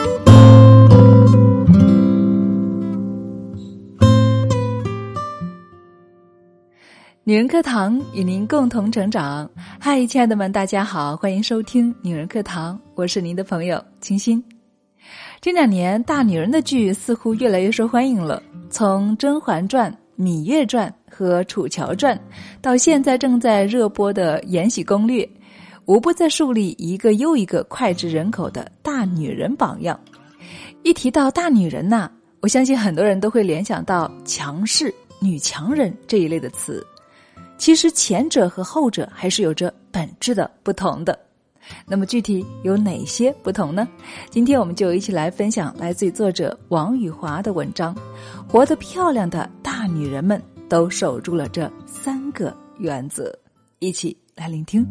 女人课堂与您共同成长。嗨，亲爱的们，大家好，欢迎收听女人课堂，我是您的朋友清新。这2年大女人的剧似乎越来越受欢迎了，从《甄嬛传》、《芈月传》和《楚乔传》到现在正在热播的《延禧攻略》，无不在树立一个又一个脍炙人口的大女人榜样。一提到大女人呐，我相信很多人都会联想到强势、女强人这一类的词。其实前者和后者还是有着本质的不同的。那么具体有哪些不同呢？今天我们就一起来分享来自于作者王宇华的文章，活得漂亮的大女人们都守住了这3个原则，一起来聆听。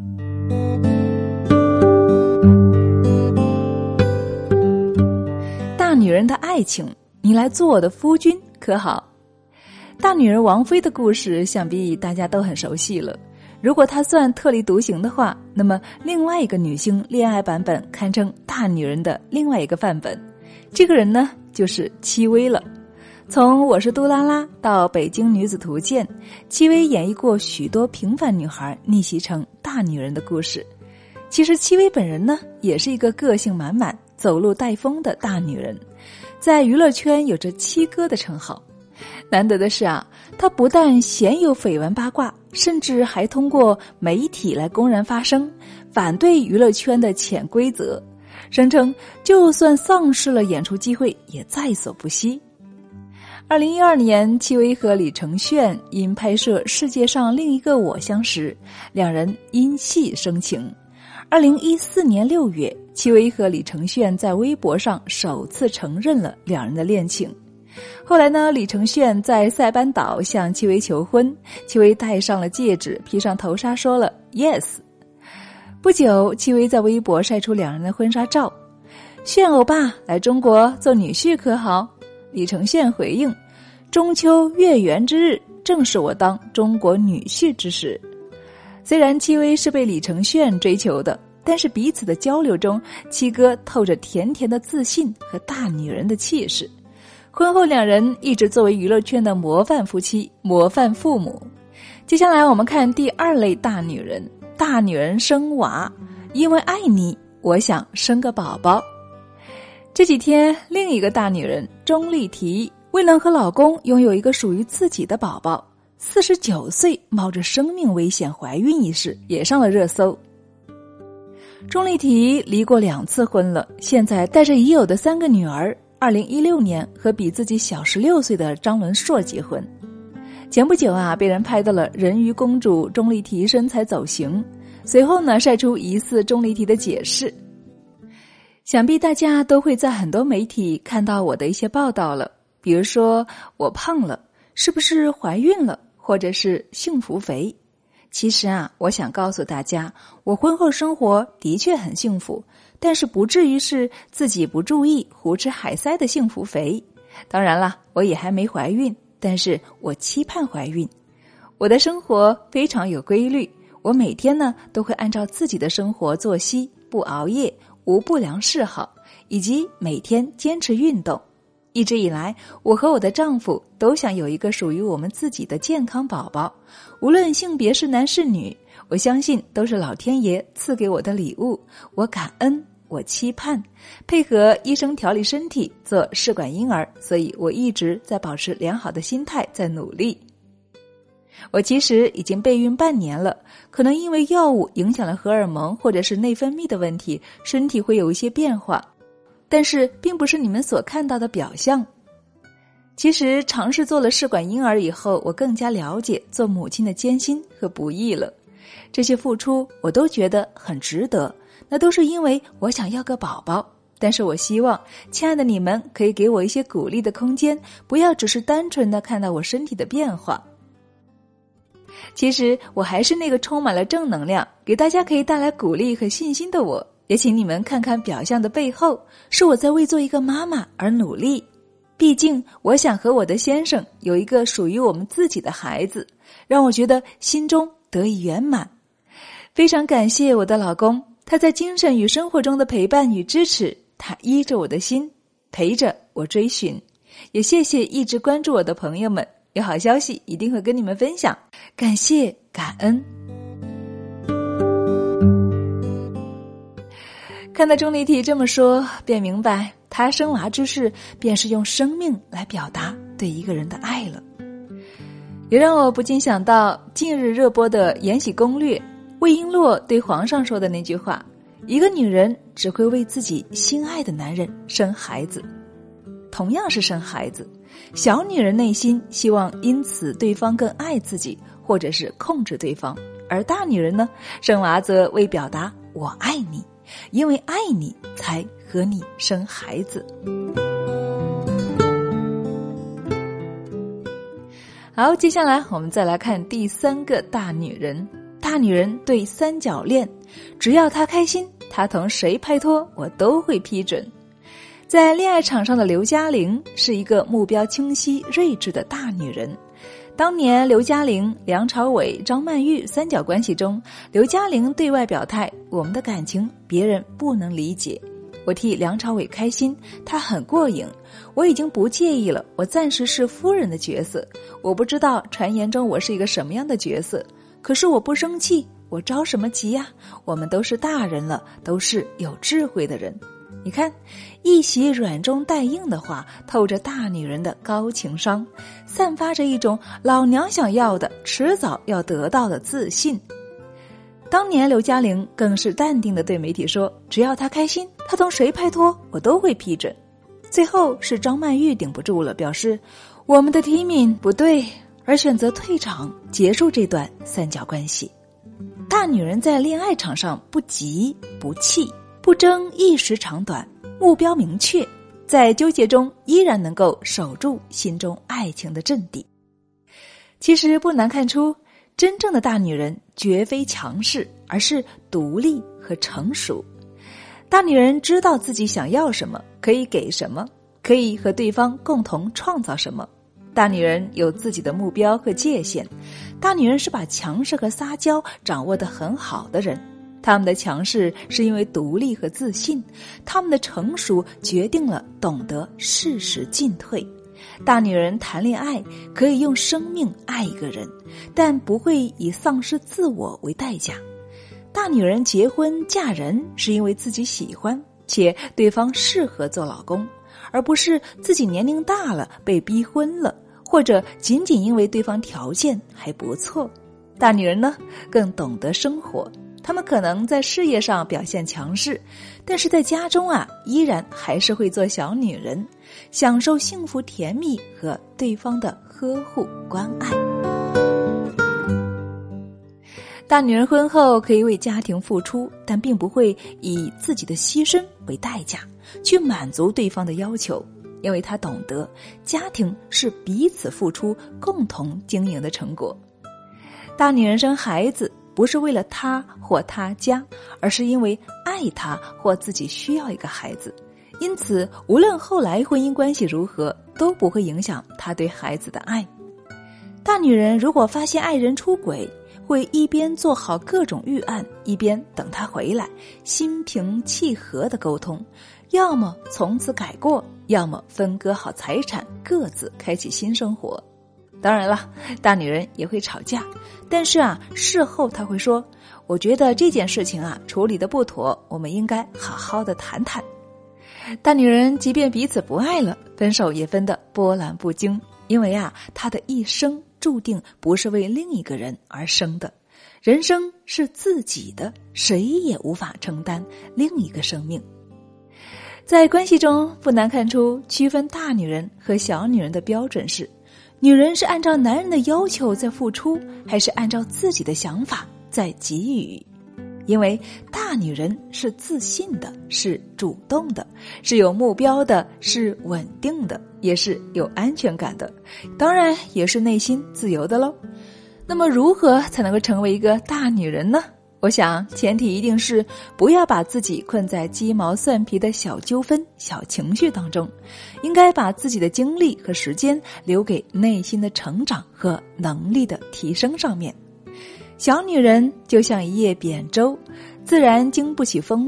大女人的爱情，你来做我的夫君可好？大女人王妃的故事想必大家都很熟悉了。如果她算特立独行的话，那么另外一个女性恋爱版本堪称大女人的另外一个范本。这个人呢，就是戚薇了。从我是杜拉拉到北京女子图鉴，戚薇演绎过许多平凡女孩逆袭成大女人的故事。其实戚薇本人呢，也是一个个性满满、走路带风的大女人，在娱乐圈有着七哥的称号。难得的是啊，他不但鲜有绯闻八卦，甚至还通过媒体来公然发声，反对娱乐圈的潜规则，声称就算丧失了演出机会也在所不惜。2012年，戚薇和李承铉因拍摄《世界上另一个我》相识，两人因戏生情。2014年6月，戚薇和李承铉在微博上首次承认了两人的恋情。后来呢，李承铉在塞班岛向戚薇求婚，戚薇戴上了戒指，披上头纱说了 yes。 不久，戚薇在微博晒出两人的婚纱照，铉欧巴来中国做女婿可好？李承铉回应，中秋月圆之日正是我当中国女婿之时。虽然戚薇是被李承铉追求的，但是彼此的交流中，戚哥透着甜甜的自信和大女人的气势。婚后两人一直作为娱乐圈的模范夫妻、模范父母。接下来我们看第2类大女人。大女人生娃，因为爱你，我想生个宝宝。这几天，另一个大女人钟丽缇为能和老公拥有一个属于自己的宝宝，49岁冒着生命危险怀孕一事也上了热搜。钟丽缇离过2次婚了，现在带着已有的3个女儿。2016年和比自己小16岁的张伦硕结婚。前不久啊，被人拍到了人鱼公主钟丽缇身材走形，随后呢，晒出疑似钟丽缇的解释。想必大家都会在很多媒体看到我的一些报道了，比如说我胖了，是不是怀孕了，或者是幸福肥。其实啊，我想告诉大家，我婚后生活的确很幸福，但是不至于是自己不注意胡吃海塞的幸福肥。当然了，我也还没怀孕，但是我期盼怀孕。我的生活非常有规律，我每天呢都会按照自己的生活作息，不熬夜，无不良嗜好，以及每天坚持运动。一直以来，我和我的丈夫都想有一个属于我们自己的健康宝宝，无论性别是男是女，我相信都是老天爷赐给我的礼物，我感恩，我期盼，配合医生调理身体做试管婴儿，所以我一直在保持良好的心态，在努力。我其实已经备孕半年了，可能因为药物影响了荷尔蒙或者是内分泌的问题，身体会有一些变化，但是并不是你们所看到的表象。其实尝试做了试管婴儿以后，我更加了解做母亲的艰辛和不易了。这些付出我都觉得很值得，那都是因为我想要个宝宝。但是我希望亲爱的你们可以给我一些鼓励的空间，不要只是单纯的看到我身体的变化。其实我还是那个充满了正能量，给大家可以带来鼓励和信心的我。也请你们看看表象的背后，是我在为做一个妈妈而努力。毕竟我想和我的先生有一个属于我们自己的孩子，让我觉得心中得以圆满。非常感谢我的老公，他在精神与生活中的陪伴与支持， 它依着我的心，陪着我追寻。也谢谢一直关注我的朋友们，有好消息一定会跟你们分享，感谢感恩。看到钟丽缇这么说，便明白她生娃之事便是用生命来表达对一个人的爱了。也让我不禁想到近日热播的《延禧攻略》，魏璎珞对皇上说的那句话，一个女人只会为自己心爱的男人生孩子。同样是生孩子，小女人内心希望因此对方更爱自己，或者是控制对方，而大女人呢，生娃则为表达我爱你，因为爱你才和你生孩子。好，接下来我们再来看第三个大女人。大女人对三角恋，只要她开心，她同谁拍拖我都会批准。在恋爱场上的刘嘉玲是一个目标清晰睿智的大女人。当年刘嘉玲、梁朝伟、张曼玉三角关系中，刘嘉玲对外表态，我们的感情别人不能理解，我替梁朝伟开心，他很过瘾，我已经不介意了，我暂时是夫人的角色，我不知道传言中我是一个什么样的角色，可是我不生气，我着什么急呀？我们都是大人了，都是有智慧的人。你看，一袭软中带硬的话，透着大女人的高情商，散发着一种老娘想要的，迟早要得到的自信。当年刘嘉玲更是淡定地对媒体说，只要她开心，她同谁拍拖我都会批准。最后是张曼玉顶不住了，表示我们的 timing 不对，而选择退场结束这段三角关系。大女人在恋爱场上不急不气，不争一时长短，目标明确，在纠结中依然能够守住心中爱情的阵地。其实不难看出，真正的大女人绝非强势，而是独立和成熟。大女人知道自己想要什么，可以给什么，可以和对方共同创造什么。大女人有自己的目标和界限，大女人是把强势和撒娇掌握得很好的人。他们的强势是因为独立和自信，他们的成熟决定了懂得适时进退。大女人谈恋爱可以用生命爱一个人，但不会以丧失自我为代价。大女人结婚嫁人是因为自己喜欢，且对方适合做老公，而不是自己年龄大了被逼婚了，或者仅仅因为对方条件还不错。大女人呢，更懂得生活，她们可能在事业上表现强势，但是在家中依然还是会做小女人，享受幸福甜蜜和对方的呵护关爱。大女人婚后可以为家庭付出，但并不会以自己的牺牲为代价去满足对方的要求，因为她懂得家庭是彼此付出共同经营的成果。大女人生孩子不是为了她或她家，而是因为爱她或自己需要一个孩子，因此无论后来婚姻关系如何，都不会影响她对孩子的爱。大女人如果发现爱人出轨，会一边做好各种预案，一边等他回来，心平气和地沟通，要么从此改过，要么分割好财产，各自开启新生活。当然了，大女人也会吵架，但是事后她会说，我觉得这件事情处理得不妥，我们应该好好的谈谈。大女人即便彼此不爱了，分手也分得波澜不惊，因为她的一生注定不是为另一个人而生的，人生是自己的，谁也无法承担另一个生命。在关系中不难看出，区分大女人和小女人的标准是，女人是按照男人的要求在付出，还是按照自己的想法在给予。因为大女人是自信的，是主动的，是有目标的，是稳定的，也是有安全感的，当然也是内心自由的咯。那么如何才能够成为一个大女人呢？我想前提一定是不要把自己困在鸡毛蒜皮的小纠纷、小情绪当中，应该把自己的精力和时间留给内心的成长和能力的提升上面。小女人就像一叶扁舟，自然经不起风浪，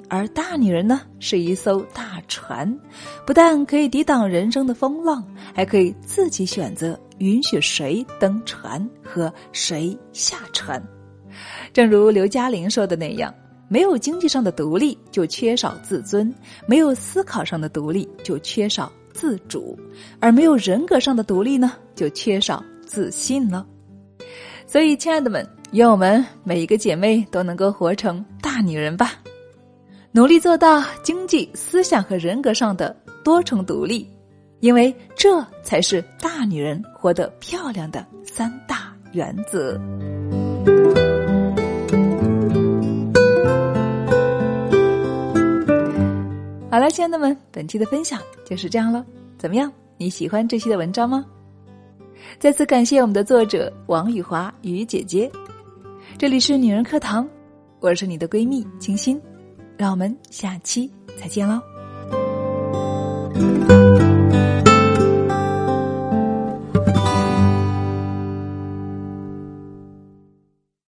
而大女人呢，是一艘大船，不但可以抵挡人生的风浪，还可以自己选择允许谁登船和谁下船。正如刘嘉玲说的那样，没有经济上的独立，就缺少自尊；没有思考上的独立，就缺少自主；而没有人格上的独立呢，就缺少自信了。所以，亲爱的们，愿我们每一个姐妹都能够活成大女人吧，努力做到经济、思想和人格上的多重独立，因为这才是大女人活得漂亮的3大原则。好了，亲爱的们，本期的分享就是这样了。怎么样？你喜欢这期的文章吗？再次感谢我们的作者王雨华雨姐姐。这里是女人课堂，我是你的闺蜜清心，让我们下期再见喽。